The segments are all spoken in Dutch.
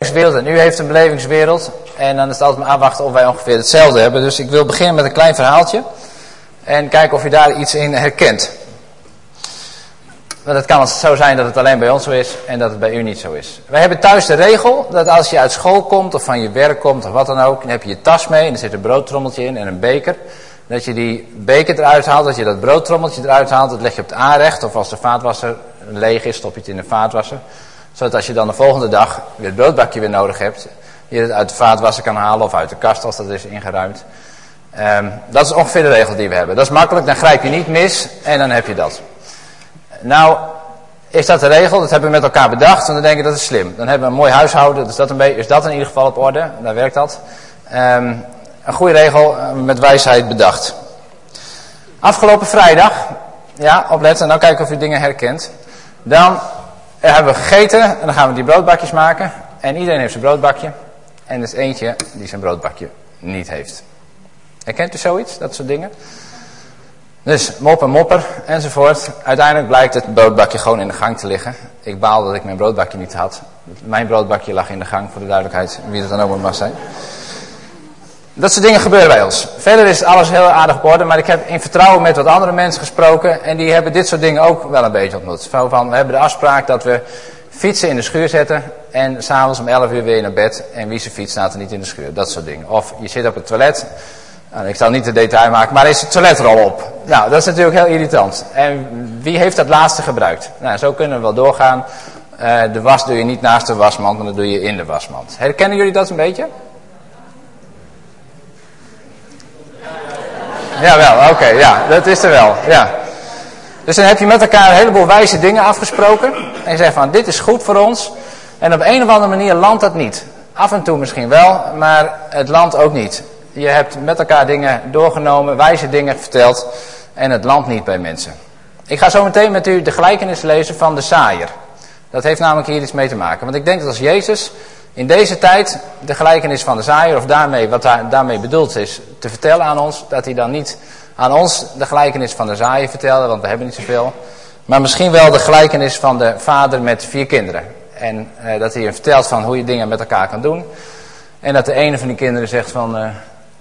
belevingswereld en u heeft een belevingswereld. En dan is het altijd maar afwachten of wij ongeveer hetzelfde hebben. Dus ik wil beginnen met een klein verhaaltje. En kijken of je daar iets in herkent. Want het kan zo zijn dat het alleen bij ons zo is en dat het bij u niet zo is. Wij hebben thuis de regel dat als je uit school komt of van je werk komt of wat dan ook. Dan heb je je tas mee en er zit een broodtrommeltje in en een beker. Dat je die beker eruit haalt, dat je dat broodtrommeltje eruit haalt. Dat leg je op het aanrecht of als de vaatwasser leeg is, stop je het in de vaatwasser. Zodat als je dan de volgende dag weer het broodbakje weer nodig hebt. Je het uit de vaatwasser kan halen of uit de kast als dat is ingeruimd. Dat is ongeveer de regel die we hebben. Dat is makkelijk, dan grijp je niet mis en dan heb je dat. Nou, is dat de regel? Dat hebben we met elkaar bedacht. En dan denk ik dat is slim. Dan hebben we een mooi huishouden. Dus is dat in ieder geval op orde. Daar werkt dat. Een goede regel met wijsheid bedacht. Afgelopen vrijdag. Ja, opletten. Nou kijken of u dingen herkent. Dan hebben we gegeten. En dan gaan we die broodbakjes maken. En iedereen heeft zijn broodbakje. En er is eentje die zijn broodbakje niet heeft. Herkent u zoiets? Dat soort dingen? Dus mopper enzovoort. Uiteindelijk blijkt het broodbakje gewoon in de gang te liggen. Ik baal dat ik mijn broodbakje niet had. Mijn broodbakje lag in de gang, voor de duidelijkheid, wie het dan ook mag zijn. Dat soort dingen gebeuren bij ons. Verder is alles heel aardig op orde, maar ik heb in vertrouwen met wat andere mensen gesproken. En die hebben dit soort dingen ook wel een beetje ontmoet. We hebben de afspraak dat we fietsen in de schuur zetten. En s'avonds om 11 uur weer naar bed. En wie zijn fiets staat er niet in de schuur. Dat soort dingen. Of je zit op het toilet. Nou, ik zal niet de detail maken, maar er is de toiletrol op. Nou, dat is natuurlijk heel irritant. En wie heeft dat laatste gebruikt? Nou, zo kunnen we wel doorgaan. De was doe je niet naast de wasmand, maar dat doe je in de wasmand. Herkennen jullie dat een beetje? Jawel, oké, ja, dat is er wel, ja. Dus dan heb je met elkaar een heleboel wijze dingen afgesproken. En je zegt van, dit is goed voor ons. En op een of andere manier landt dat niet. Af en toe misschien wel, maar het landt ook niet. Je hebt met elkaar dingen doorgenomen, wijze dingen verteld. En het landt niet bij mensen. Ik ga zo meteen met u de gelijkenis lezen van de zaaier. Dat heeft namelijk hier iets mee te maken. Want ik denk dat als Jezus in deze tijd de gelijkenis van de zaaier, of wat daarmee bedoeld is, te vertellen aan ons, dat hij dan niet aan ons de gelijkenis van de zaaier vertelde, want we hebben niet zoveel. Maar misschien wel de gelijkenis van de vader met 4 kinderen. En dat hij hem vertelt van hoe je dingen met elkaar kan doen. En dat de ene van die kinderen zegt van,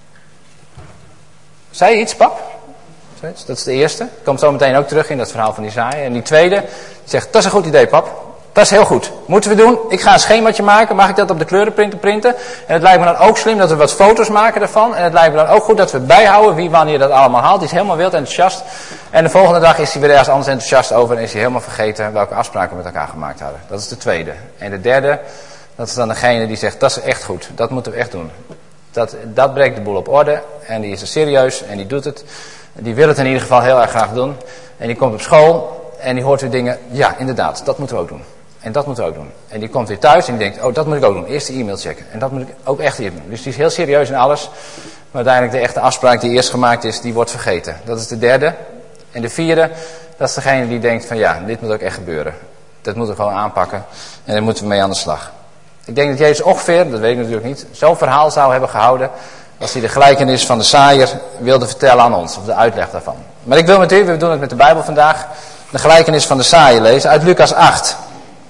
zei je iets, pap? Dat is de eerste. Komt zo meteen ook terug in dat verhaal van die zaaier. En die tweede zegt, dat is een goed idee, pap. Dat is heel goed. Moeten we doen. Ik ga een schemaatje maken. Mag ik dat op de kleurenprinter printen? En het lijkt me dan ook slim dat we wat foto's maken daarvan. En het lijkt me dan ook goed dat we bijhouden wie wanneer dat allemaal haalt. Die is helemaal wild enthousiast. En de volgende dag is hij weer ergens anders enthousiast over. En is hij helemaal vergeten welke afspraken we met elkaar gemaakt hadden. Dat is de tweede. En de derde, dat is dan degene die zegt, dat is echt goed. Dat moeten we echt doen. Dat brengt de boel op orde. En die is er serieus en die doet het. Die wil het in ieder geval heel erg graag doen. En die komt op school en die hoort weer dingen. Ja, inderdaad, dat moeten we ook doen. En dat moeten we ook doen. En die komt weer thuis en die denkt, oh, dat moet ik ook doen. Eerst de e-mail checken. En dat moet ik ook echt hier doen. Dus die is heel serieus in alles. Maar uiteindelijk de echte afspraak die eerst gemaakt is, die wordt vergeten. Dat is de derde. En de vierde, dat is degene die denkt van ja, dit moet ook echt gebeuren. Dat moeten we gewoon aanpakken. En daar moeten we mee aan de slag. Ik denk dat Jezus ongeveer, dat weet ik natuurlijk niet, zo'n verhaal zou hebben gehouden als hij de gelijkenis van de zaaier wilde vertellen aan ons. Of de uitleg daarvan. Maar ik wil met u, we doen het met de Bijbel vandaag, de gelijkenis van de zaaier lezen uit Lucas 8.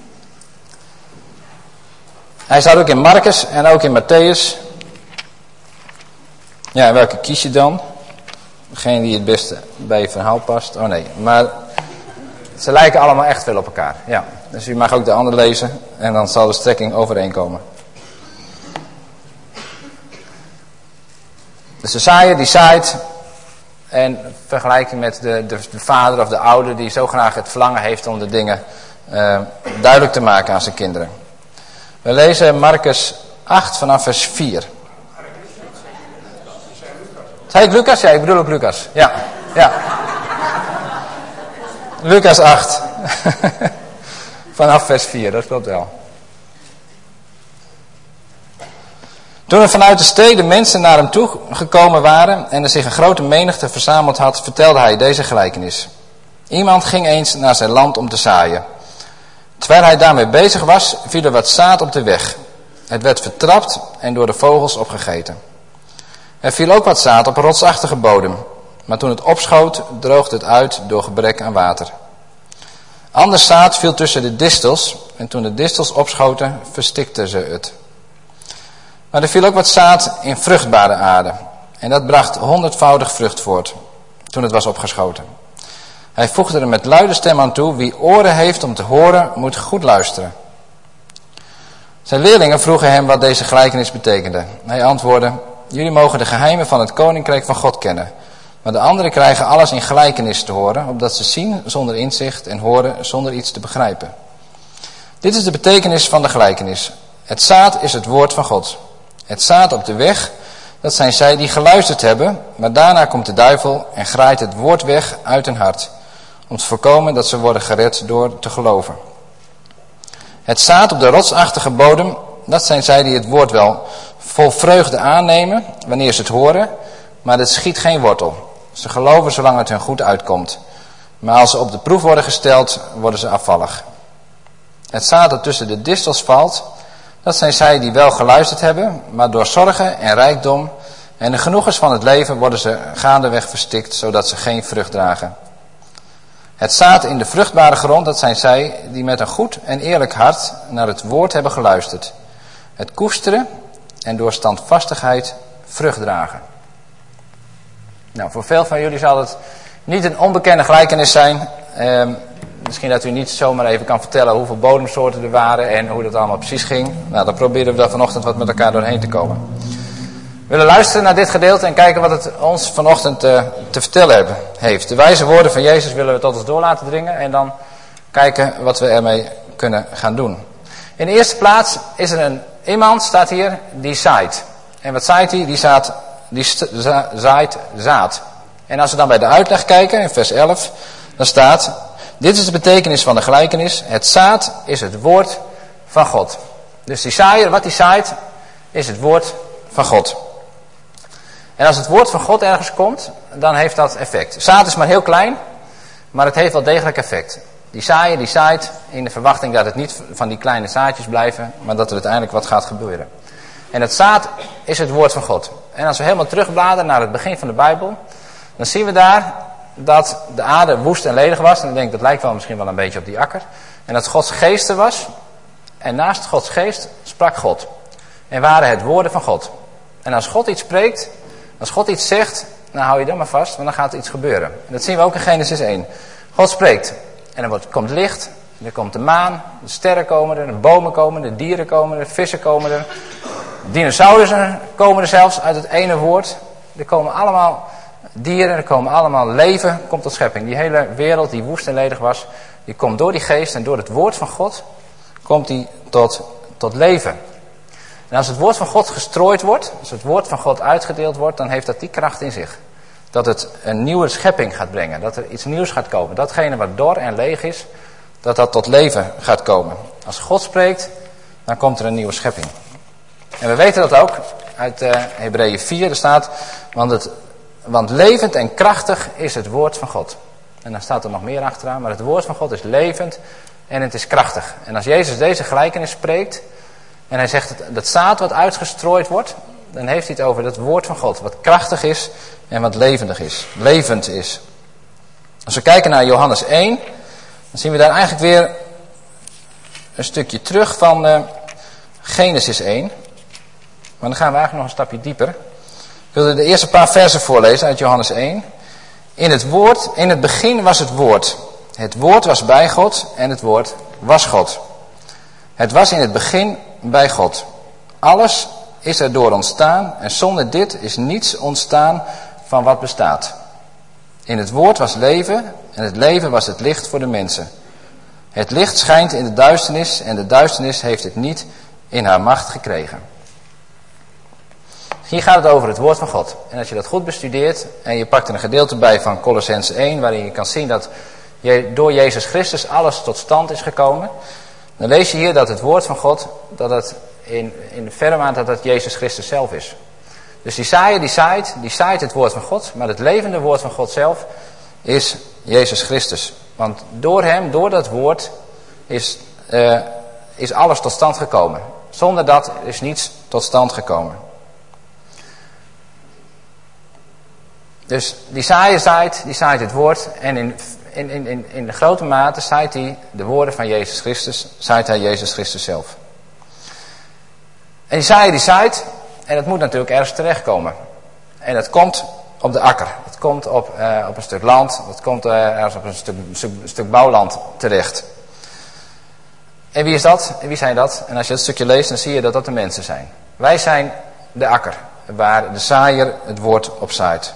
Hij staat ook in Marcus en ook in Matthäus. Ja, welke kies je dan? Degene die het beste bij je verhaal past. Oh nee, maar ze lijken allemaal echt veel op elkaar. Ja, dus u mag ook de andere lezen en dan zal de strekking overeenkomen. Dus de zaaier die zaait en vergelijking met de vader of de ouder die zo graag het verlangen heeft om de dingen duidelijk te maken aan zijn kinderen. We lezen Marcus 8 vanaf vers 4. Zei ik Lucas? Ja, ik bedoel ook Lucas. Ja. Lucas 8. Vanaf vers 4, dat klopt wel. Toen er vanuit de steden mensen naar hem toe gekomen waren en er zich een grote menigte verzameld had, vertelde hij deze gelijkenis. Iemand ging eens naar zijn land om te zaaien. Terwijl hij daarmee bezig was, viel er wat zaad op de weg. Het werd vertrapt en door de vogels opgegeten. Er viel ook wat zaad op een rotsachtige bodem. Maar toen het opschoot, droogde het uit door gebrek aan water. Ander zaad viel tussen de distels. En toen de distels opschoten, verstikten ze het. Maar er viel ook wat zaad in vruchtbare aarde. En dat bracht 100-voudig vrucht voort, toen het was opgeschoten. Hij voegde er met luide stem aan toe: wie oren heeft om te horen, moet goed luisteren. Zijn leerlingen vroegen hem wat deze gelijkenis betekende. Hij antwoordde: jullie mogen de geheimen van het koninkrijk van God kennen. Maar de anderen krijgen alles in gelijkenis te horen, opdat ze zien zonder inzicht en horen zonder iets te begrijpen. Dit is de betekenis van de gelijkenis. Het zaad is het woord van God. Het zaad op de weg, dat zijn zij die geluisterd hebben, maar daarna komt de duivel en graait het woord weg uit hun hart, om te voorkomen dat ze worden gered door te geloven. Het zaad op de rotsachtige bodem, dat zijn zij die het woord wel vol vreugde aannemen wanneer ze het horen, maar het schiet geen wortel. Ze geloven zolang het hun goed uitkomt. Maar als ze op de proef worden gesteld, worden ze afvallig. Het zaad dat tussen de distels valt, dat zijn zij die wel geluisterd hebben, maar door zorgen en rijkdom en de genoegens van het leven worden ze gaandeweg verstikt, zodat ze geen vrucht dragen. Het zaad in de vruchtbare grond, dat zijn zij die met een goed en eerlijk hart naar het woord hebben geluisterd. Het koesteren en door standvastigheid vrucht dragen. Nou, voor veel van jullie zal het niet een onbekende gelijkenis zijn. Misschien dat u niet zomaar even kan vertellen hoeveel bodemsoorten er waren en hoe dat allemaal precies ging. Nou, dan proberen we daar vanochtend wat met elkaar doorheen te komen. We willen luisteren naar dit gedeelte en kijken wat het ons vanochtend te vertellen heeft. De wijze woorden van Jezus willen we tot ons door laten dringen en dan kijken wat we ermee kunnen gaan doen. In de eerste plaats is er iemand, staat hier, die zaait. En wat zaait hij? Die zaait zaad. En als we dan bij de uitleg kijken, in vers 11, dan staat: dit is de betekenis van de gelijkenis. Het zaad is het woord van God. Dus die zaaier, wat hij zaait, is het woord van God. En als het woord van God ergens komt, dan heeft dat effect. Zaad is maar heel klein, maar het heeft wel degelijk effect. Die zaaier die zaait in de verwachting dat het niet van die kleine zaadjes blijven, maar dat er uiteindelijk wat gaat gebeuren. En het zaad is het woord van God. En als we helemaal terugbladeren naar het begin van de Bijbel, dan zien we daar dat de aarde woest en ledig was. En ik denk, dat lijkt wel misschien wel een beetje op die akker. En dat Gods geest er was. En naast Gods geest sprak God. En waren het woorden van God. En als God iets spreekt, als God iets zegt, dan hou je dat maar vast, want dan gaat er iets gebeuren. En dat zien we ook in Genesis 1. God spreekt. En er komt licht, er komt de maan, de sterren komen er, de bomen komen er, de dieren komen er, de vissen komen er. Dinosaurussen komen er zelfs uit het ene woord. Er komen allemaal dieren, er komen allemaal leven, komt tot schepping. Die hele wereld die woest en ledig was, die komt door die geest en door het woord van God, komt die tot leven. En als het woord van God gestrooid wordt, als het woord van God uitgedeeld wordt, dan heeft dat die kracht in zich. Dat het een nieuwe schepping gaat brengen, dat er iets nieuws gaat komen. Datgene wat dor en leeg is, dat tot leven gaat komen. Als God spreekt, dan komt er een nieuwe schepping. En we weten dat ook uit Hebreeën 4, er staat: want levend en krachtig is het woord van God. En dan staat er nog meer achteraan, maar het woord van God is levend en het is krachtig. En als Jezus deze gelijkenis spreekt en hij zegt dat zaad wat uitgestrooid wordt, dan heeft hij het over het woord van God, wat krachtig is en wat levend is. Als we kijken naar Johannes 1, dan zien we daar eigenlijk weer een stukje terug van Genesis 1. Maar dan gaan we eigenlijk nog een stapje dieper. Ik wilde de eerste paar versen voorlezen uit Johannes 1. In het begin was het woord. Het woord was bij God en het woord was God. Het was in het begin bij God. Alles is erdoor ontstaan en zonder dit is niets ontstaan van wat bestaat. In het woord was leven en het leven was het licht voor de mensen. Het licht schijnt in de duisternis en de duisternis heeft het niet in haar macht gekregen. Hier gaat het over het woord van God. En als je dat goed bestudeert en je pakt er een gedeelte bij van Colossenzen 1... waarin je kan zien dat door Jezus Christus alles tot stand is gekomen... dan lees je hier dat het woord van God, dat het in de verre mate dat het Jezus Christus zelf is. Dus die zaaier die zaait het woord van God, maar het levende woord van God zelf is Jezus Christus. Want door hem, door dat woord, is alles tot stand gekomen. Zonder dat is niets tot stand gekomen. Dus die zaaier zaait het woord en in de grote mate zaait hij de woorden van Jezus Christus, zaait hij Jezus Christus zelf. En die zaaier die zaait En het moet natuurlijk ergens terechtkomen. En het komt op de akker. Het komt op een stuk land. Het komt ergens op een stuk bouwland terecht. En wie is dat? En wie zijn dat? En als je dat stukje leest, dan zie je dat dat de mensen zijn. Wij zijn de akker, waar de zaaier het woord op zaait.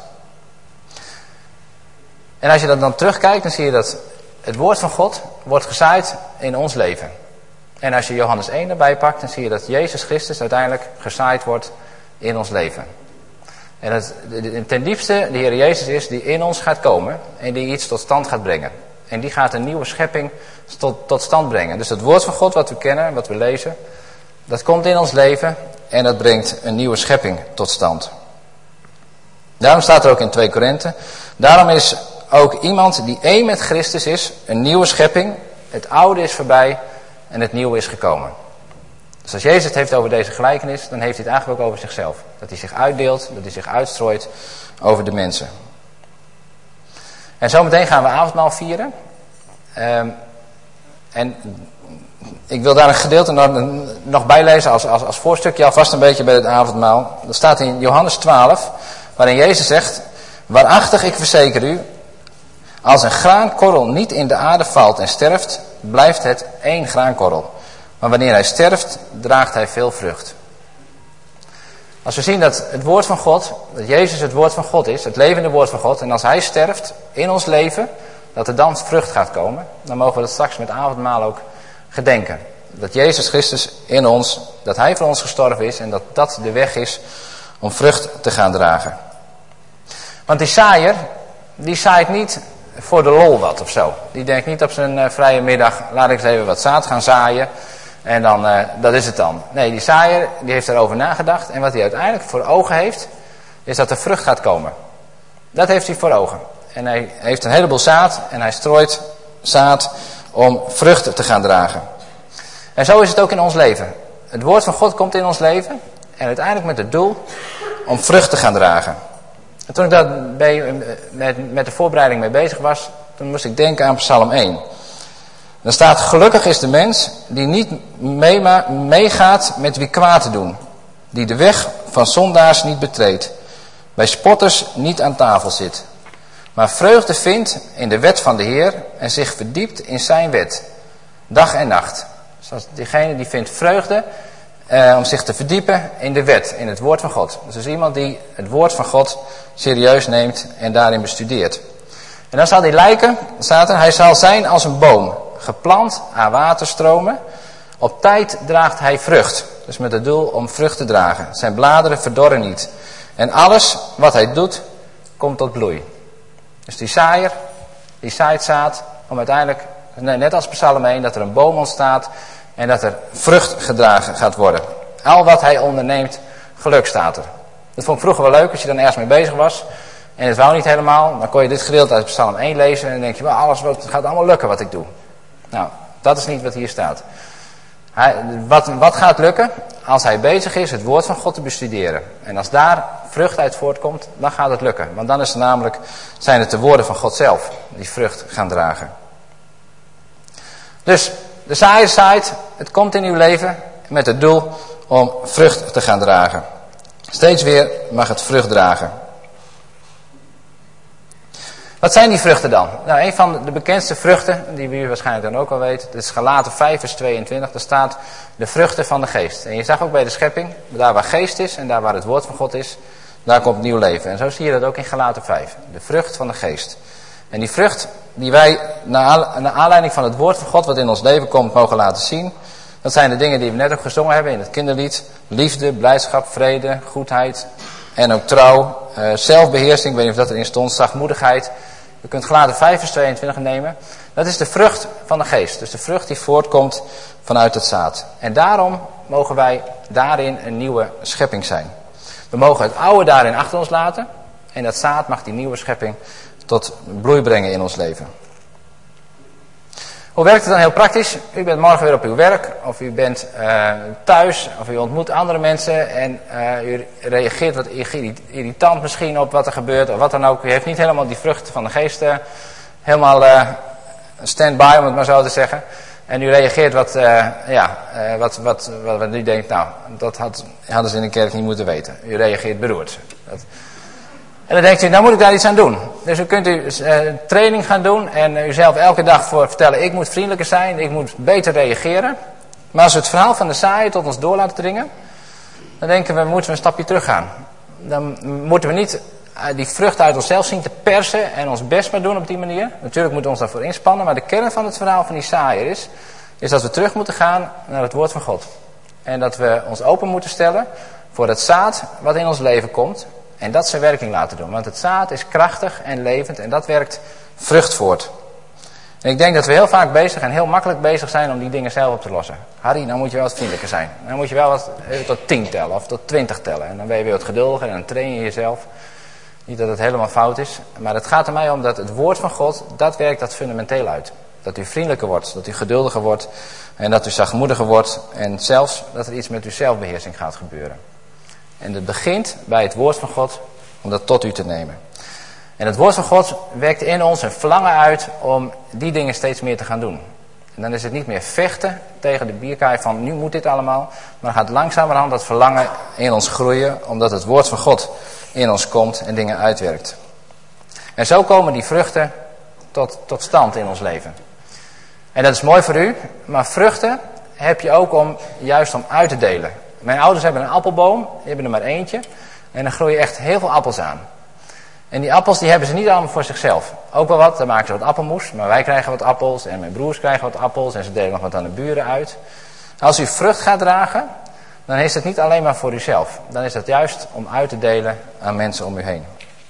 En als je dat dan terugkijkt, dan zie je dat het woord van God wordt gezaaid in ons leven. En als je Johannes 1 erbij pakt, dan zie je dat Jezus Christus uiteindelijk gezaaid wordt in ons leven. En ten diepste de Heer Jezus is die in ons gaat komen en die iets tot stand gaat brengen. En die gaat een nieuwe schepping tot stand brengen. Dus het woord van God wat we kennen, wat we lezen, dat komt in ons leven en dat brengt een nieuwe schepping tot stand. Daarom staat er ook in 2 Korinthe, daarom is ook iemand die één met Christus is, een nieuwe schepping. Het oude is voorbij en het nieuwe is gekomen. Dus als Jezus het heeft over deze gelijkenis, dan heeft hij het eigenlijk ook over zichzelf. Dat hij zich uitdeelt, dat hij zich uitstrooit over de mensen. En zometeen gaan we avondmaal vieren. En ik wil daar een gedeelte nog bij lezen als voorstukje alvast een beetje bij het avondmaal. Dat staat in Johannes 12, waarin Jezus zegt, waarachtig ik verzeker u, als een graankorrel niet in de aarde valt en sterft, blijft het één graankorrel. Maar wanneer hij sterft, draagt hij veel vrucht. Als we zien dat het woord van God, dat Jezus het woord van God is, het levende woord van God, en als hij sterft in ons leven, dat er dan vrucht gaat komen, dan mogen we dat straks met avondmaal ook gedenken. Dat Jezus Christus in ons, dat hij voor ons gestorven is en dat dat de weg is om vrucht te gaan dragen. Want die zaaier, die zaait niet voor de lol wat of zo. Die denkt niet op zijn vrije middag, laat ik eens even wat zaad gaan zaaien. En dan, dat is het dan. Nee, die zaaier, die heeft erover nagedacht. En wat hij uiteindelijk voor ogen heeft, is dat er vrucht gaat komen. Dat heeft hij voor ogen. En hij heeft een heleboel zaad en hij strooit zaad om vrucht te gaan dragen. En zo is het ook in ons leven. Het woord van God komt in ons leven en uiteindelijk met het doel om vrucht te gaan dragen. En toen ik daar met de voorbereiding mee bezig was, toen moest ik denken aan Psalm 1. Dan staat, gelukkig is de mens die niet meegaat met wie kwaad te doen. Die de weg van zondaars niet betreedt. Bij spotters niet aan tafel zit. Maar vreugde vindt in de wet van de Heer en zich verdiept in zijn wet. Dag en nacht. Dus diegene die vindt vreugde om zich te verdiepen in de wet, in het woord van God. Dus dat is iemand die het woord van God serieus neemt en daarin bestudeert. En dan zal hij lijken, staat er, hij zal zijn als een boom, geplant aan waterstromen. Op tijd draagt hij vrucht. Dus met het doel om vrucht te dragen. Zijn bladeren verdorren niet. En alles wat hij doet, komt tot bloei. Dus die zaaier, die zaait zaad om uiteindelijk, net als Psalm 1, dat er een boom ontstaat en dat er vrucht gedragen gaat worden. Al wat hij onderneemt, geluk staat er. Dat vond ik vroeger wel leuk als je dan ergens mee bezig was. En het wou niet helemaal, dan kon je dit gedeelte uit Psalm 1 lezen en dan denk je, het gaat allemaal lukken wat ik doe. Nou, dat is niet wat hier staat. Wat gaat lukken? Als hij bezig is het woord van God te bestuderen. En als daar vrucht uit voortkomt, dan gaat het lukken. Want dan zijn het de woorden van God zelf die vrucht gaan dragen. Dus de zaaier zaait, het komt in uw leven met het doel om vrucht te gaan dragen. Steeds weer mag het vrucht dragen. Wat zijn die vruchten dan? Nou, een van de bekendste vruchten, die u waarschijnlijk dan ook al weet, dat is Galaten 5 vers 22, daar staat de vruchten van de geest. En je zag ook bij de schepping, daar waar geest is en daar waar het woord van God is, daar komt nieuw leven. En zo zie je dat ook in Galaten 5, de vrucht van de geest. En die vrucht die wij naar aanleiding van het woord van God wat in ons leven komt mogen laten zien, dat zijn de dingen die we net ook gezongen hebben in het kinderlied. Liefde, blijdschap, vrede, goedheid en ook trouw, zelfbeheersing, ik weet niet of dat erin stond, zachtmoedigheid. Je kunt Galaten 5 vers 22 nemen. Dat is de vrucht van de geest. Dus de vrucht die voortkomt vanuit het zaad. En daarom mogen wij daarin een nieuwe schepping zijn. We mogen het oude daarin achter ons laten. En dat zaad mag die nieuwe schepping tot bloei brengen in ons leven. Hoe werkt het dan heel praktisch? U bent morgen weer op uw werk. Of u bent thuis. Of u ontmoet andere mensen. En u reageert wat irritant misschien op wat er gebeurt. Of wat dan ook. U heeft niet helemaal die vrucht van de geest helemaal stand-by, om het maar zo te zeggen. En u reageert wat u denkt, nou, dat hadden ze in de kerk niet moeten weten. U reageert beroerd. En dan denkt u, nou moet ik daar iets aan doen. Dus u kunt training gaan doen en uzelf elke dag vertellen, ik moet vriendelijker zijn, ik moet beter reageren. Maar als we het verhaal van de saaier tot ons door laten dringen, dan denken we, moeten we een stapje terug gaan. Dan moeten we niet die vrucht uit onszelf zien te persen en ons best maar doen op die manier. Natuurlijk moeten we ons daarvoor inspannen, maar de kern van het verhaal van die saaier is dat we terug moeten gaan naar het woord van God. En dat we ons open moeten stellen voor het zaad wat in ons leven komt. En dat zijn werking laten doen. Want het zaad is krachtig en levend en dat werkt vrucht voort. En ik denk dat we heel vaak bezig en heel makkelijk bezig zijn om die dingen zelf op te lossen. Harry, nou moet je wel wat vriendelijker zijn. Dan moet je wel wat tot 10 tellen of tot 20 tellen. En dan ben je weer wat geduldiger en dan train je jezelf. Niet dat het helemaal fout is. Maar het gaat er mij om dat het woord van God, dat werkt dat fundamenteel uit. Dat u vriendelijker wordt, dat u geduldiger wordt en dat u zachtmoediger wordt. En zelfs dat er iets met uw zelfbeheersing gaat gebeuren. En het begint bij het woord van God om dat tot u te nemen. En het woord van God wekt in ons een verlangen uit om die dingen steeds meer te gaan doen. En dan is het niet meer vechten tegen de bierkaai van nu moet dit allemaal. Maar dan gaat langzamerhand dat verlangen in ons groeien omdat het woord van God in ons komt en dingen uitwerkt. En zo komen die vruchten tot stand in ons leven. En dat is mooi voor u, maar vruchten heb je ook juist om uit te delen. Mijn ouders hebben een appelboom, die hebben er maar eentje. En dan groeien echt heel veel appels aan. En die appels die hebben ze niet allemaal voor zichzelf. Ook wel wat, dan maken ze wat appelmoes. Maar wij krijgen wat appels en mijn broers krijgen wat appels. En ze delen nog wat aan de buren uit. Als u vrucht gaat dragen, dan is het niet alleen maar voor uzelf. Dan is het juist om uit te delen aan mensen om u heen.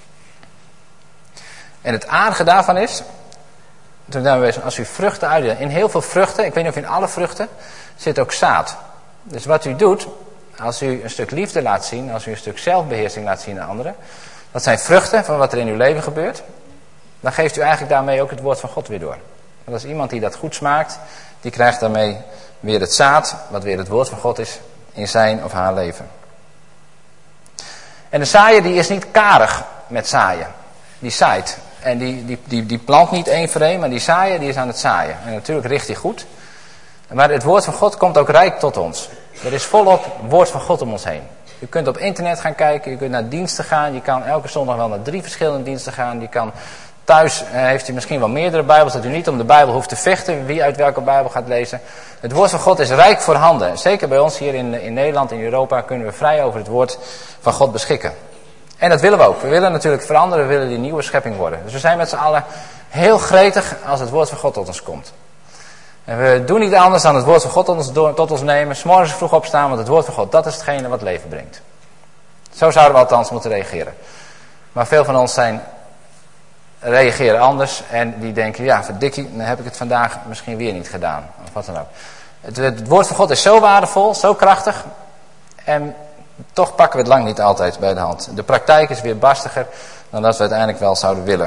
En het aardige daarvan is, als u vruchten uitdeelt, in heel veel vruchten, ik weet niet of in alle vruchten, zit ook zaad. Dus wat u doet, als u een stuk liefde laat zien, als u een stuk zelfbeheersing laat zien aan anderen, dat zijn vruchten van wat er in uw leven gebeurt, dan geeft u eigenlijk daarmee ook het woord van God weer door. Want als iemand die dat goed smaakt, die krijgt daarmee weer het zaad, wat weer het woord van God is, in zijn of haar leven. En de zaaier die is niet karig met zaaien. Die zaait. En die plant niet één voor één, maar die zaaier die is aan het zaaien. En natuurlijk richt hij goed. Maar het woord van God komt ook rijk tot ons. Er is volop woord van God om ons heen. U kunt op internet gaan kijken, u kunt naar diensten gaan. Je kan elke zondag wel naar 3 verschillende diensten gaan. Je kan thuis, heeft u misschien wel meerdere Bijbels, dat u niet om de Bijbel hoeft te vechten wie uit welke Bijbel gaat lezen. Het woord van God is rijk voorhanden. Zeker bij ons hier in Nederland, in Europa, kunnen we vrij over het woord van God beschikken. En dat willen we ook. We willen natuurlijk veranderen, we willen die nieuwe schepping worden. Dus we zijn met z'n allen heel gretig als het woord van God tot ons komt. En we doen niet anders dan het woord van God tot ons nemen. 's Morgens vroeg opstaan, want het woord van God, dat is hetgene wat leven brengt. Zo zouden we althans moeten reageren. Maar veel van ons reageren anders. En die denken, ja verdikkie, dan heb ik het vandaag misschien weer niet gedaan. Of wat dan ook. Het woord van God is zo waardevol, zo krachtig. En toch pakken we het lang niet altijd bij de hand. De praktijk is weer barstiger dan dat we uiteindelijk wel zouden willen.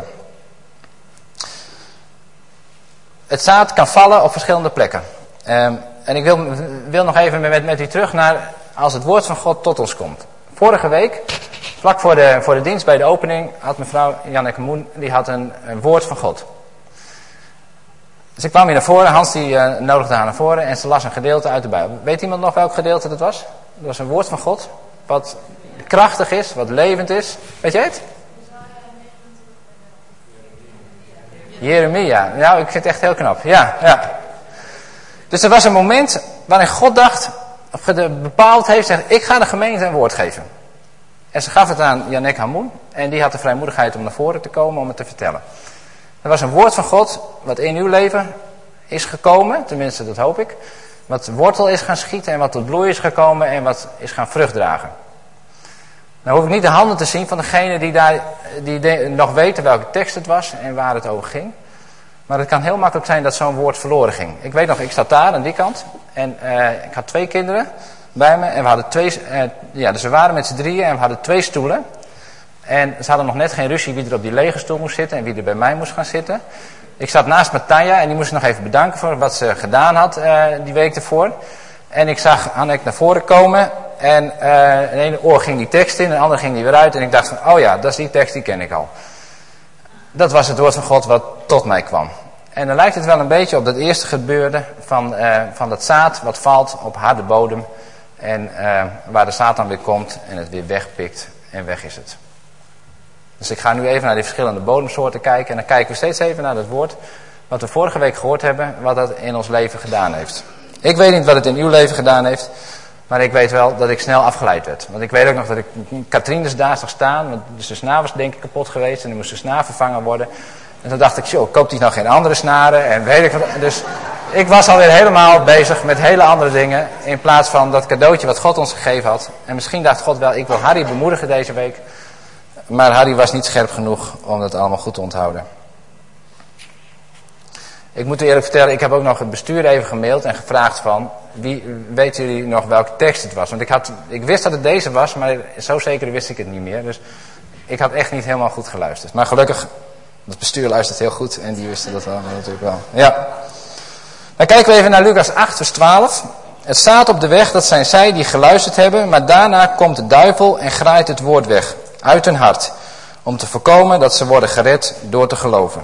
Het zaad kan vallen op verschillende plekken. En ik wil nog even met u terug naar als het woord van God tot ons komt. Vorige week, vlak voor de dienst bij de opening, had mevrouw Janneke Moen, die had een woord van God. Dus ik kwam hier naar voren, Hans die nodigde haar naar voren en ze las een gedeelte uit de Bijbel. Weet iemand nog welk gedeelte dat was? Dat was een woord van God, wat krachtig is, wat levend is. Weet jij het? Jeremia. Nou, ik vind het echt heel knap. Ja. Dus er was een moment waarin God dacht, of bepaald heeft, zegt, ik ga de gemeente een woord geven. En ze gaf het aan Janneke Hamoen en die had de vrijmoedigheid om naar voren te komen om het te vertellen. Er was een woord van God wat in uw leven is gekomen, tenminste dat hoop ik. Wat wortel is gaan schieten en wat tot bloei is gekomen en wat is gaan vrucht dragen. Nou hoef ik niet de handen te zien van degene die nog weten welke tekst het was en waar het over ging. Maar het kan heel makkelijk zijn dat zo'n woord verloren ging. Ik weet nog, ik zat daar aan die kant en ik had 2 kinderen bij me. En we hadden dus we waren met z'n 3 en we hadden 2 stoelen. En ze hadden nog net geen ruzie wie er op die lege stoel moest zitten en wie er bij mij moest gaan zitten. Ik zat naast Martanja en die moest nog even bedanken voor wat ze gedaan had die week ervoor. En ik zag Anneke naar voren komen en in het ene oor ging die tekst in en de andere ging die weer uit. En ik dacht van, oh ja, dat is die tekst, die ken ik al. Dat was het woord van God wat tot mij kwam. En dan lijkt het wel een beetje op dat eerste gebeurde van dat zaad wat valt op harde bodem. En waar de Satan weer komt en het weer wegpikt en weg is het. Dus ik ga nu even naar die verschillende bodemsoorten kijken. En dan kijken we steeds even naar het woord wat we vorige week gehoord hebben. Wat dat in ons leven gedaan heeft. Ik weet niet wat het in uw leven gedaan heeft. Maar ik weet wel dat ik snel afgeleid werd. Want ik weet ook nog dat ik Katrien dus daar zag staan. Want de snaar was denk ik kapot geweest. En die moest de snaar vervangen worden. En toen dacht ik, joh, koopt hij nou geen andere snaren? En weet ik wat. Dus ik was alweer helemaal bezig met hele andere dingen. In plaats van dat cadeautje wat God ons gegeven had. En misschien dacht God wel, ik wil Harry bemoedigen deze week. Maar Harry was niet scherp genoeg om dat allemaal goed te onthouden. Ik moet u eerlijk vertellen, ik heb ook nog het bestuur even gemaild en gevraagd van... weten jullie nog welke tekst het was? Want ik wist dat het deze was, maar zo zeker wist ik het niet meer. Dus ik had echt niet helemaal goed geluisterd. Maar gelukkig, het bestuur luistert heel goed en die wisten dat wel natuurlijk wel. Ja. Dan kijken we even naar Lucas 8 vers 12. Het staat op de weg, dat zijn zij die geluisterd hebben, maar daarna komt de duivel en graait het woord weg uit hun hart. Om te voorkomen dat ze worden gered door te geloven.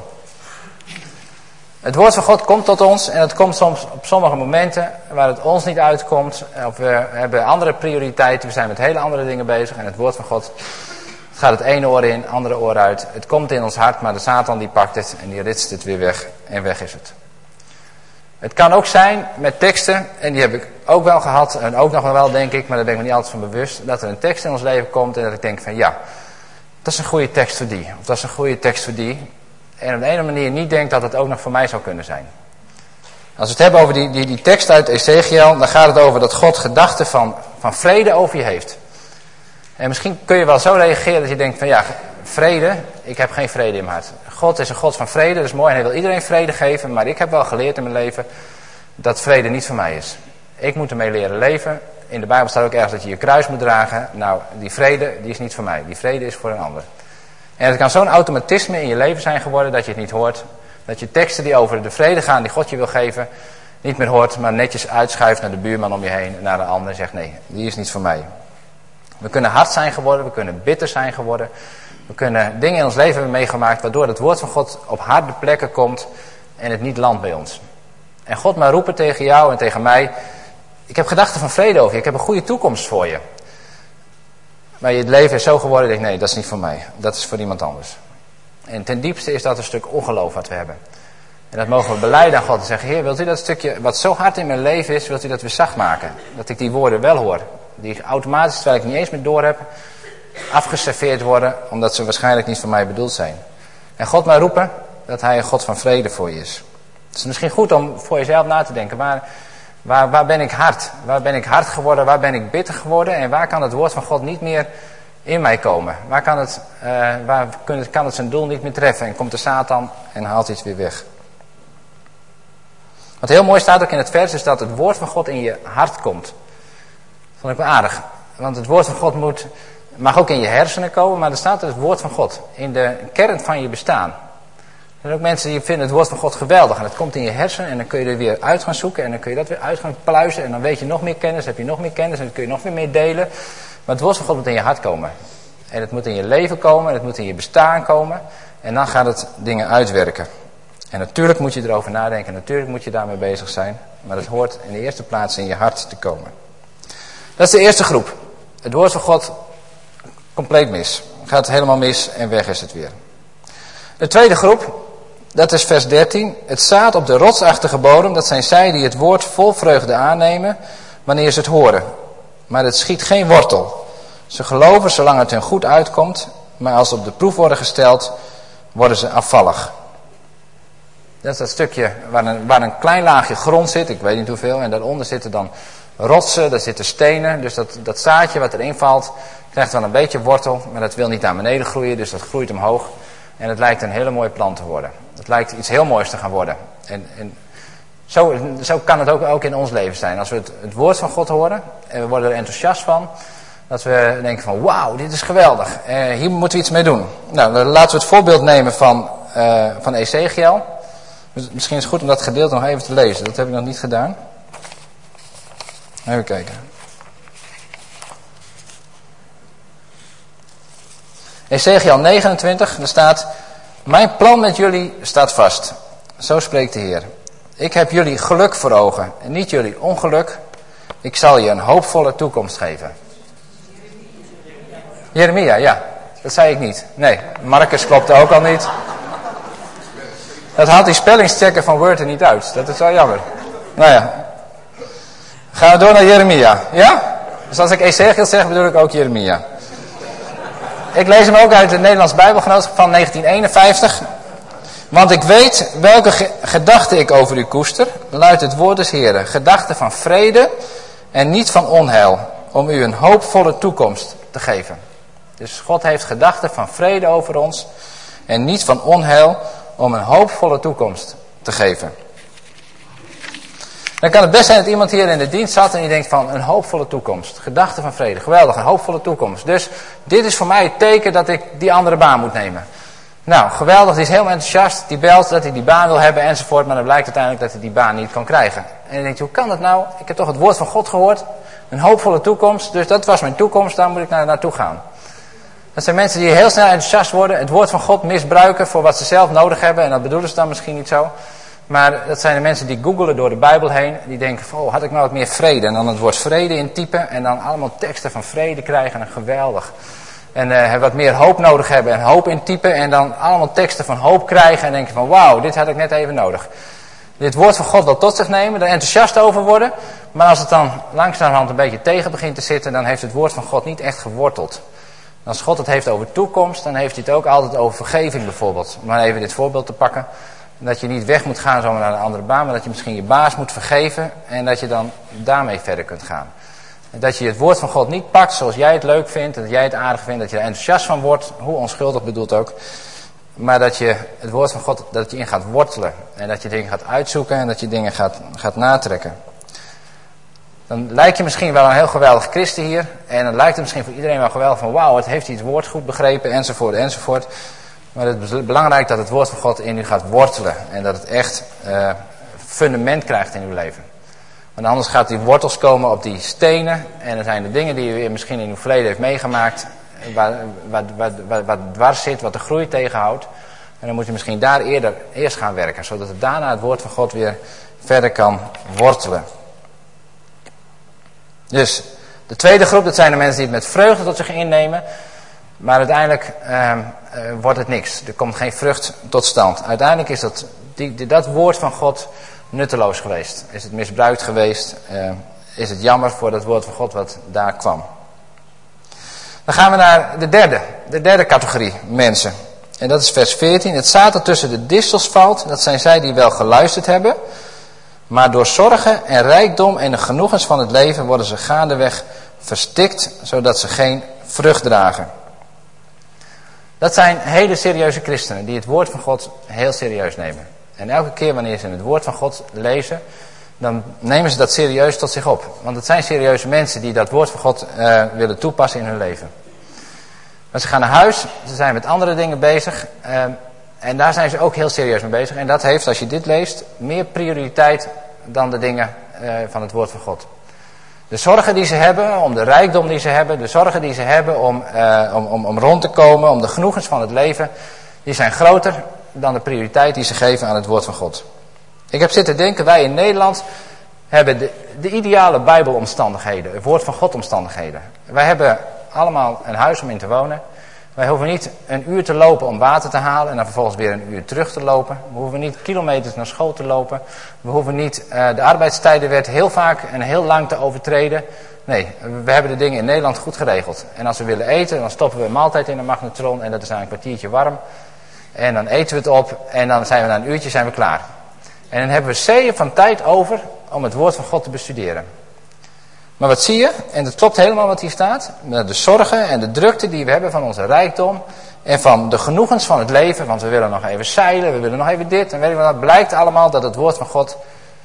Het woord van God komt tot ons en het komt soms op sommige momenten waar het ons niet uitkomt. Of we hebben andere prioriteiten, we zijn met hele andere dingen bezig. En het woord van God, het gaat het ene oor in, andere oor uit. Het komt in ons hart, maar de Satan die pakt het en die ritst het weer weg en weg is het. Het kan ook zijn met teksten, en die heb ik ook wel gehad en ook nog wel denk ik, maar daar ben ik me niet altijd van bewust. Dat er een tekst in ons leven komt en dat ik denk van ja, dat is een goede tekst voor die. Of dat is een goede tekst voor die. En op de ene manier niet denkt dat het ook nog voor mij zou kunnen zijn. Als we het hebben over die tekst uit Ezechiel, dan gaat het over dat God gedachten van vrede over je heeft. En misschien kun je wel zo reageren dat je denkt van ja, vrede, ik heb geen vrede in mijn hart. God is een God van vrede, dat is mooi en hij wil iedereen vrede geven. Maar ik heb wel geleerd in mijn leven dat vrede niet voor mij is. Ik moet ermee leren leven. In de Bijbel staat ook ergens dat je je kruis moet dragen. Nou, die vrede, die is niet voor mij. Die vrede is voor een ander. En het kan zo'n automatisme in je leven zijn geworden dat je het niet hoort. Dat je teksten die over de vrede gaan die God je wil geven, niet meer hoort, maar netjes uitschuift naar de buurman om je heen, naar de ander en zegt nee, die is niet voor mij. We kunnen hard zijn geworden, we kunnen bitter zijn geworden. We kunnen dingen in ons leven hebben meegemaakt waardoor het woord van God op harde plekken komt en het niet landt bij ons. En God maar roepen tegen jou en tegen mij, ik heb gedachten van vrede over je, ik heb een goede toekomst voor je. Maar het leven is zo geworden, ik denk nee, dat is niet voor mij. Dat is voor iemand anders. En ten diepste is dat een stuk ongeloof wat we hebben. En dat mogen we belijden aan God en zeggen, Heer, wilt u dat stukje wat zo hard in mijn leven is, wilt u dat weer zacht maken? Dat ik die woorden wel hoor. Die automatisch, terwijl ik niet eens meer door heb, afgeserveerd worden, omdat ze waarschijnlijk niet voor mij bedoeld zijn. En God maar roepen dat hij een God van vrede voor je is. Het is misschien goed om voor jezelf na te denken, waar ben ik hard? Waar ben ik hard geworden? Waar ben ik bitter geworden? En waar kan het woord van God niet meer in mij komen? Waar kan het zijn doel niet meer treffen? En komt de Satan en haalt iets weer weg. Wat heel mooi staat ook in het vers is dat het woord van God in je hart komt. Dat vond ik wel aardig. Want het woord van God mag ook in je hersenen komen, maar er staat het woord van God in de kern van je bestaan. Er zijn ook mensen die vinden het woord van God geweldig en het komt in je hersenen en dan kun je er weer uit gaan zoeken en dan kun je dat weer uit gaan pluizen en dan weet je nog meer kennis, heb je nog meer kennis en dan kun je nog weer meer delen. Maar het woord van God moet in je hart komen. En het moet in je leven komen en het moet in je bestaan komen en dan gaat het dingen uitwerken. En natuurlijk moet je erover nadenken, natuurlijk moet je daarmee bezig zijn, maar het hoort in de eerste plaats in je hart te komen. Dat is de eerste groep. Het woord van God compleet mis. Gaat helemaal mis en weg is het weer. De tweede groep, dat is vers 13. Het zaad op de rotsachtige bodem, dat zijn zij die het woord vol vreugde aannemen wanneer ze het horen. Maar het schiet geen wortel. Ze geloven zolang het hun goed uitkomt, maar als ze op de proef worden gesteld, worden ze afvallig. Dat is dat stukje waar een klein laagje grond zit, ik weet niet hoeveel, en daaronder zitten dan rotsen, daar zitten stenen. Dus dat zaadje wat erin valt, krijgt wel een beetje wortel, maar dat wil niet naar beneden groeien, dus dat groeit omhoog. En het lijkt een hele mooie plant te worden. Het lijkt iets heel moois te gaan worden. En zo kan het ook in ons leven zijn. Als we het woord van God horen en we worden er enthousiast van, dat we denken van wauw, dit is geweldig. Hier moeten we iets mee doen. Nou, dan laten we het voorbeeld nemen van Ezechiel. Misschien is het goed om dat gedeelte nog even te lezen. Dat heb ik nog niet gedaan. Even kijken. Ezechiel 29, er staat: mijn plan met jullie staat vast, Zo spreekt de Heer. Ik heb jullie geluk voor ogen en niet jullie ongeluk. Ik zal je een hoopvolle toekomst geven. Jeremia, ja. Dat zei ik niet. Nee, Marcus klopte ook al niet. Dat haalt die spellingschecker van Word er niet uit. Dat is wel jammer. Nou ja. Gaan we door naar Jeremia. Ja? Dus als ik Ezechiel zeg, bedoel ik ook Jeremia. Ik lees hem ook uit het Nederlands Bijbelgenootschap van 1951. Want ik weet welke gedachten ik over u koester, luidt het woord des Heren. Gedachten van vrede en niet van onheil, om u een hoopvolle toekomst te geven. Dus God heeft gedachten van vrede over ons en niet van onheil, om een hoopvolle toekomst te geven. Dan kan het best zijn dat iemand hier in de dienst zat en die denkt van een hoopvolle toekomst. Gedachten van vrede, geweldig, een hoopvolle toekomst. Dus dit is voor mij het teken dat ik die andere baan moet nemen. Nou, geweldig, die is helemaal enthousiast, die belt dat hij die baan wil hebben enzovoort, maar dan blijkt uiteindelijk dat hij die baan niet kan krijgen. En dan denkt hij, hoe kan dat nou? Ik heb toch het woord van God gehoord, een hoopvolle toekomst, dus dat was mijn toekomst, daar moet ik naartoe gaan. Dat zijn mensen die heel snel enthousiast worden, het woord van God misbruiken voor wat ze zelf nodig hebben, en dat bedoelen ze dan misschien niet zo. Maar dat zijn de mensen die googelen door de Bijbel heen, die denken van, oh, had ik nou wat meer vrede, en dan het woord vrede intypen, en dan allemaal teksten van vrede krijgen, en geweldig. En wat meer hoop nodig hebben en hoop intypen en dan allemaal teksten van hoop krijgen en denken van wauw, dit had ik net even nodig. Dit woord van God wel tot zich nemen, er enthousiast over worden, maar als het dan langzamerhand een beetje tegen begint te zitten, dan heeft het woord van God niet echt geworteld. Als God het heeft over toekomst, dan heeft hij het ook altijd over vergeving bijvoorbeeld. Om maar even dit voorbeeld te pakken. Dat je niet weg moet gaan zomaar naar een andere baan, maar dat je misschien je baas moet vergeven en dat je dan daarmee verder kunt gaan. Dat je het woord van God niet pakt zoals jij het leuk vindt, dat jij het aardig vindt, dat je er enthousiast van wordt, hoe onschuldig bedoeld ook. Maar dat je het woord van God, dat je in gaat wortelen. En dat je dingen gaat uitzoeken en dat je dingen gaat natrekken. Dan lijkt je misschien wel een heel geweldig christen hier. En dan lijkt het misschien voor iedereen wel geweldig van wauw, het heeft hij het woord goed begrepen enzovoort enzovoort. Maar het is belangrijk dat het woord van God in u gaat wortelen. En dat het echt fundament krijgt in uw leven. Want anders gaat die wortels komen op die stenen. En dan zijn de dingen die u misschien in uw verleden heeft meegemaakt. Wat dwars zit, wat de groei tegenhoudt. En dan moet je misschien daar eerst gaan werken. Zodat het daarna het woord van God weer verder kan wortelen. Dus de tweede groep, dat zijn de mensen die het met vreugde tot zich innemen. Maar uiteindelijk wordt het niks. Er komt geen vrucht tot stand. Uiteindelijk is dat woord van God nutteloos geweest. Is het misbruikt geweest. Is het jammer voor dat woord van God wat daar kwam. Dan gaan we naar de derde categorie mensen. En dat is vers 14. Het zaad dat tussen de distels valt, dat zijn zij die wel geluisterd hebben. Maar door zorgen en rijkdom en de genoegens van het leven worden ze gaandeweg verstikt, zodat ze geen vrucht dragen. Dat zijn hele serieuze christenen die het woord van God heel serieus nemen. En elke keer wanneer ze het woord van God lezen, dan nemen ze dat serieus tot zich op. Want het zijn serieuze mensen die dat woord van God willen toepassen in hun leven. Maar ze gaan naar huis, ze zijn met andere dingen bezig. En daar zijn ze ook heel serieus mee bezig. En dat heeft, als je dit leest, meer prioriteit dan de dingen van het woord van God. De zorgen die ze hebben, om de rijkdom die ze hebben, de zorgen die ze hebben om rond te komen, om de genoegens van het leven, die zijn groter dan de prioriteit die ze geven aan het woord van God. Ik heb zitten denken, wij in Nederland hebben de ideale Bijbelomstandigheden, het woord van God omstandigheden. Wij hebben allemaal een huis om in te wonen. Wij hoeven niet een uur te lopen om water te halen en dan vervolgens weer een uur terug te lopen. We hoeven niet kilometers naar school te lopen. We hoeven niet, de arbeidstijdenwet heel vaak en heel lang te overtreden. Nee, we hebben de dingen in Nederland goed geregeld. En als we willen eten, dan stoppen we een maaltijd in een magnetron en dat is na een kwartiertje warm. En dan eten we het op en dan zijn we na een uurtje klaar. En dan hebben we zeeën van tijd over om het woord van God te bestuderen. Maar wat zie je? En dat klopt helemaal wat hier staat. De zorgen en de drukte die we hebben van onze rijkdom. En van de genoegens van het leven. Want we willen nog even zeilen. We willen nog even dit. En weet je wat, blijkt allemaal dat het woord van God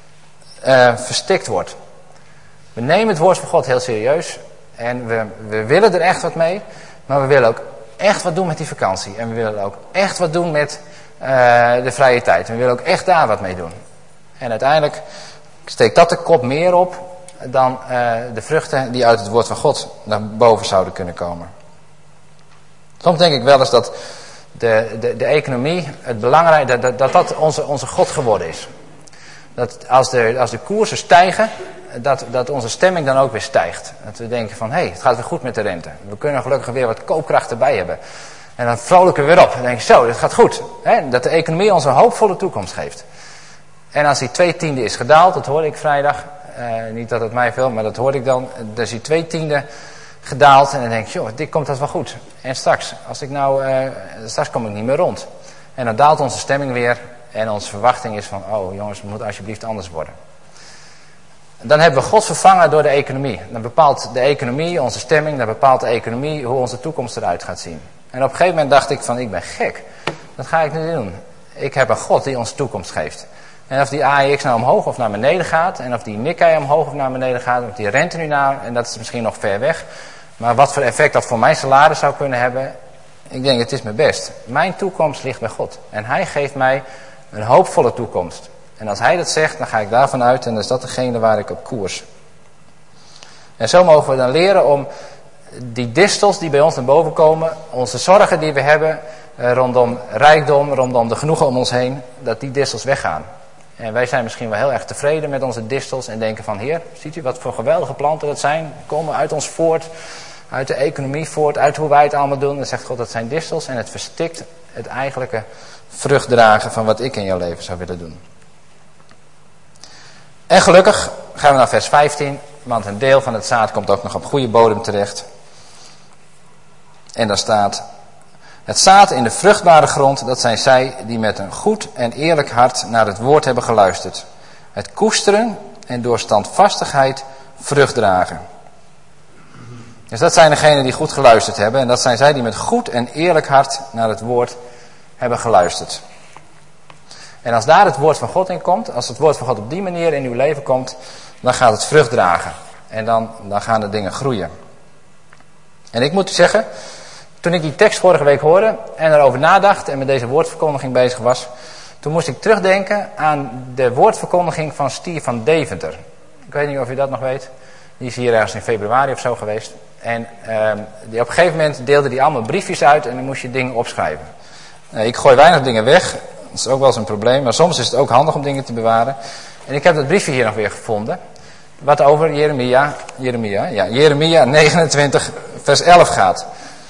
verstikt wordt. We nemen het woord van God heel serieus. En we willen er echt wat mee. Maar we willen ook echt wat doen met die vakantie. En we willen ook echt wat doen met de vrije tijd. En we willen ook echt daar wat mee doen. En uiteindelijk steekt dat de kop meer op dan de vruchten die uit het woord van God naar boven zouden kunnen komen. Soms denk ik wel eens dat de economie, het belangrijke, dat onze God geworden is. Dat als de koersen stijgen, dat onze stemming dan ook weer stijgt. Dat we denken van, het gaat weer goed met de rente. We kunnen gelukkig weer wat koopkracht erbij hebben. En dan vrolijken we weer op. Dan denk je, zo, dit gaat goed. Dat de economie ons een hoopvolle toekomst geeft. En als die 2/10 is gedaald, dat hoorde ik vrijdag. Niet dat het mij veel, maar dat hoorde ik dan. Dus die 2/10 gedaald. En dan denk je, dit komt dat wel goed. En straks, straks kom ik niet meer rond. En dan daalt onze stemming weer. En onze verwachting is van, jongens, het moet alsjeblieft anders worden. Dan hebben we God vervangen door de economie. Dan bepaalt de economie onze stemming. Dan bepaalt de economie hoe onze toekomst eruit gaat zien. En op een gegeven moment dacht ik van, ik ben gek. Dat ga ik niet doen. Ik heb een God die ons toekomst geeft. En of die AEX nou omhoog of naar beneden gaat. En of die Nikkei omhoog of naar beneden gaat. Of die rente nu naar, en dat is misschien nog ver weg. Maar wat voor effect dat voor mijn salaris zou kunnen hebben. Ik denk, het is mijn best. Mijn toekomst ligt bij God. En hij geeft mij een hoopvolle toekomst. En als hij dat zegt, dan ga ik daarvan uit. En dan is dat degene waar ik op koers. En zo mogen we dan leren om die distels die bij ons naar boven komen. Onze zorgen die we hebben rondom rijkdom, rondom de genoegen om ons heen. Dat die distels weggaan. En wij zijn misschien wel heel erg tevreden met onze distels. En denken van, Heer, ziet u wat voor geweldige planten dat zijn? Komen uit ons voort. Uit de economie voort. Uit hoe wij het allemaal doen. Dan zegt God, dat zijn distels. En het verstikt het eigenlijke vruchtdragen van wat ik in jouw leven zou willen doen. En gelukkig gaan we naar vers 15. Want een deel van het zaad komt ook nog op goede bodem terecht. En daar staat: het zaad in de vruchtbare grond, dat zijn zij die met een goed en eerlijk hart naar het woord hebben geluisterd. Het koesteren en door standvastigheid vrucht dragen. Dus dat zijn degenen die goed geluisterd hebben. En dat zijn zij die met goed en eerlijk hart naar het woord hebben geluisterd. En als daar het woord van God in komt, als het woord van God op die manier in uw leven komt, dan gaat het vrucht dragen. En dan gaan de dingen groeien. En ik moet u zeggen, toen ik die tekst vorige week hoorde en erover nadacht en met deze woordverkondiging bezig was, toen moest ik terugdenken aan de woordverkondiging van Stier van Deventer. Ik weet niet of u dat nog weet. Die is hier ergens in februari of zo geweest. En die op een gegeven moment deelde hij allemaal briefjes uit en dan moest je dingen opschrijven. Ik gooi weinig dingen weg. Dat is ook wel eens een probleem. Maar soms is het ook handig om dingen te bewaren. En ik heb dat briefje hier nog weer gevonden. Wat over Jeremia 29 vers 11 gaat.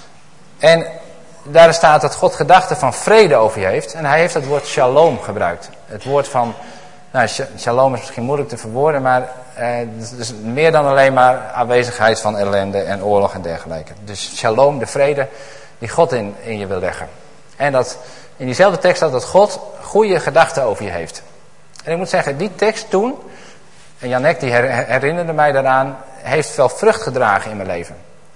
En daar staat dat God gedachten van vrede over je heeft. En hij heeft het woord shalom gebruikt. Het woord van, shalom is misschien moeilijk te verwoorden. Maar het is meer dan alleen maar aanwezigheid van ellende en oorlog en dergelijke. Dus shalom, de vrede die God in je wil leggen. En dat in diezelfde tekst staat dat God goede gedachten over je heeft. En ik moet zeggen, die tekst toen, en Janek die herinnerde mij daaraan, heeft veel vrucht gedragen in mijn leven.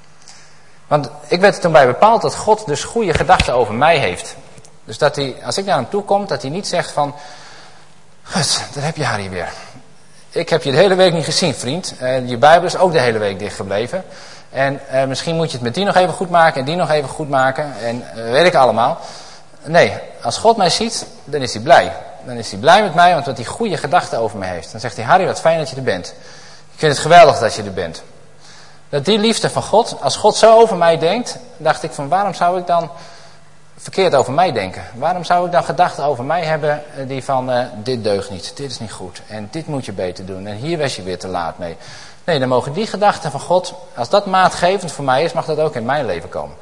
Want ik werd er toen bij bepaald dat God dus goede gedachten over mij heeft. Dus dat hij, als ik naar hem toe kom, dat hij niet zegt van, gut, daar heb je Harry weer. Ik heb je de hele week niet gezien, vriend. Je Bijbel is ook de hele week dichtgebleven. En misschien moet je het met die nog even goed maken en die nog even goed maken. En weet ik allemaal. Nee, als God mij ziet, dan is hij blij. Dan is hij blij met mij, want hij goede gedachten over me heeft. Dan zegt hij, Harry, wat fijn dat je er bent. Ik vind het geweldig dat je er bent. Dat die liefde van God, als God zo over mij denkt, dacht ik van, waarom zou ik dan verkeerd over mij denken? Waarom zou ik dan gedachten over mij hebben die van, dit deugt niet, dit is niet goed. En dit moet je beter doen. En hier was je weer te laat mee. Nee, dan mogen die gedachten van God, als dat maatgevend voor mij is, mag dat ook in mijn leven komen.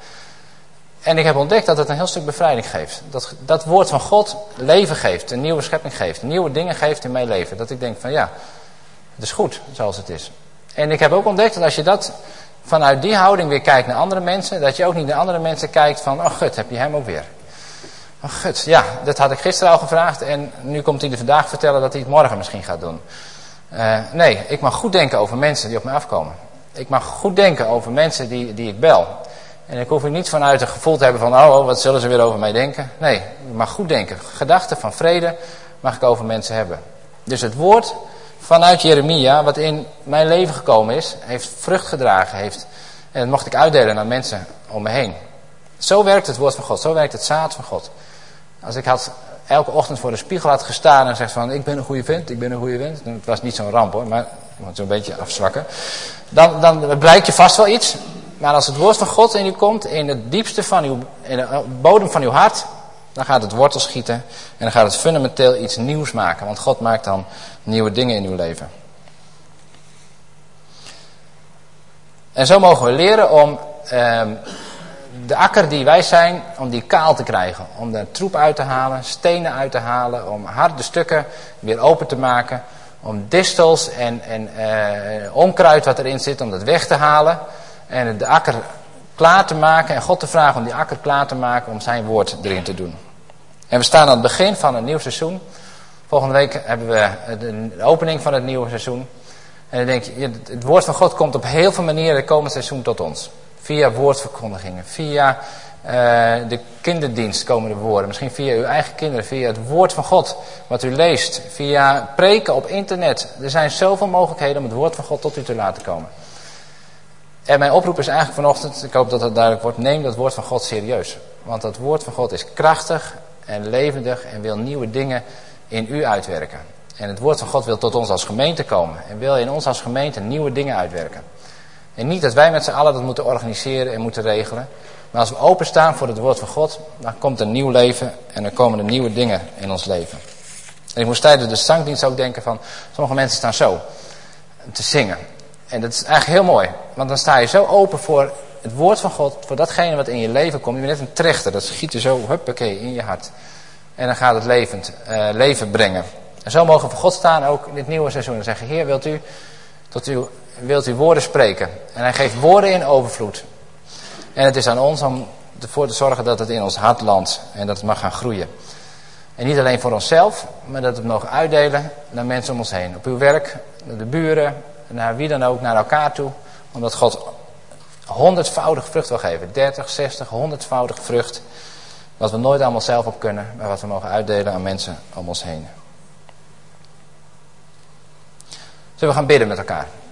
En ik heb ontdekt dat het een heel stuk bevrijding geeft. Dat woord van God leven geeft, een nieuwe schepping geeft, nieuwe dingen geeft in mijn leven. Dat ik denk van ja, het is goed zoals het is. En ik heb ook ontdekt dat als je dat vanuit die houding weer kijkt naar andere mensen, dat je ook niet naar andere mensen kijkt van, oh gut, heb je hem ook weer. Oh gut, ja, dat had ik gisteren al gevraagd en nu komt hij er vandaag vertellen dat hij het morgen misschien gaat doen. Nee, ik mag goed denken over mensen die op mij afkomen. Ik mag goed denken over mensen die ik bel. En ik hoef niet vanuit het gevoel te hebben van, oh, wat zullen ze weer over mij denken. Nee, ik mag goed denken. Gedachten van vrede mag ik over mensen hebben. Dus het woord vanuit Jeremia, wat in mijn leven gekomen is, heeft vrucht gedragen. En dat mocht ik uitdelen aan mensen om me heen. Zo werkt het woord van God, zo werkt het zaad van God. Als ik elke ochtend voor de spiegel had gestaan en zegt van, ik ben een goede vent, ik ben een goede vent. Het was niet zo'n ramp hoor, maar ik moet zo'n beetje afzwakken. Dan blijkt je vast wel iets. Maar als het woord van God in u komt, in het diepste van in de bodem van uw hart, dan gaat het wortel schieten en dan gaat het fundamenteel iets nieuws maken. Want God maakt dan nieuwe dingen in uw leven. En zo mogen we leren om de akker die wij zijn, om die kaal te krijgen. Om de troep uit te halen, stenen uit te halen, om harde stukken weer open te maken. Om distels en onkruid wat erin zit, om dat weg te halen. En de akker klaar te maken en God te vragen om die akker klaar te maken om zijn woord erin te doen. En we staan aan het begin van een nieuw seizoen. Volgende week hebben we de opening van het nieuwe seizoen. En dan denk je, het woord van God komt op heel veel manieren het komende seizoen tot ons. Via woordverkondigingen, via de kinderdienst komen de woorden. Misschien via uw eigen kinderen, via het woord van God wat u leest. Via preken op internet. Er zijn zoveel mogelijkheden om het woord van God tot u te laten komen. En mijn oproep is eigenlijk vanochtend, ik hoop dat het duidelijk wordt, neem dat woord van God serieus. Want dat woord van God is krachtig en levendig en wil nieuwe dingen in u uitwerken. En het woord van God wil tot ons als gemeente komen. En wil in ons als gemeente nieuwe dingen uitwerken. En niet dat wij met z'n allen dat moeten organiseren en moeten regelen. Maar als we openstaan voor het woord van God, dan komt er nieuw leven en dan komen er nieuwe dingen in ons leven. En ik moest tijdens de zangdienst ook denken van, sommige mensen staan zo te zingen. En dat is eigenlijk heel mooi. Want dan sta je zo open voor het woord van God, voor datgene wat in je leven komt. Je bent net een trechter, dat schiet er zo huppakee in je hart. En dan gaat het leven brengen. En zo mogen we voor God staan, ook in dit nieuwe seizoen. En zeggen, Heer, wilt u woorden spreken? En hij geeft woorden in overvloed. En het is aan ons om ervoor te zorgen dat het in ons hart landt. En dat het mag gaan groeien. En niet alleen voor onszelf, maar dat we het mogen uitdelen naar mensen om ons heen. Op uw werk, naar de buren, naar wie dan ook, naar elkaar toe. Omdat God 100voudig vrucht wil geven. 30, 60, 100voudig vrucht. Wat we nooit allemaal zelf op kunnen, maar wat we mogen uitdelen aan mensen om ons heen. Zullen we gaan bidden met elkaar?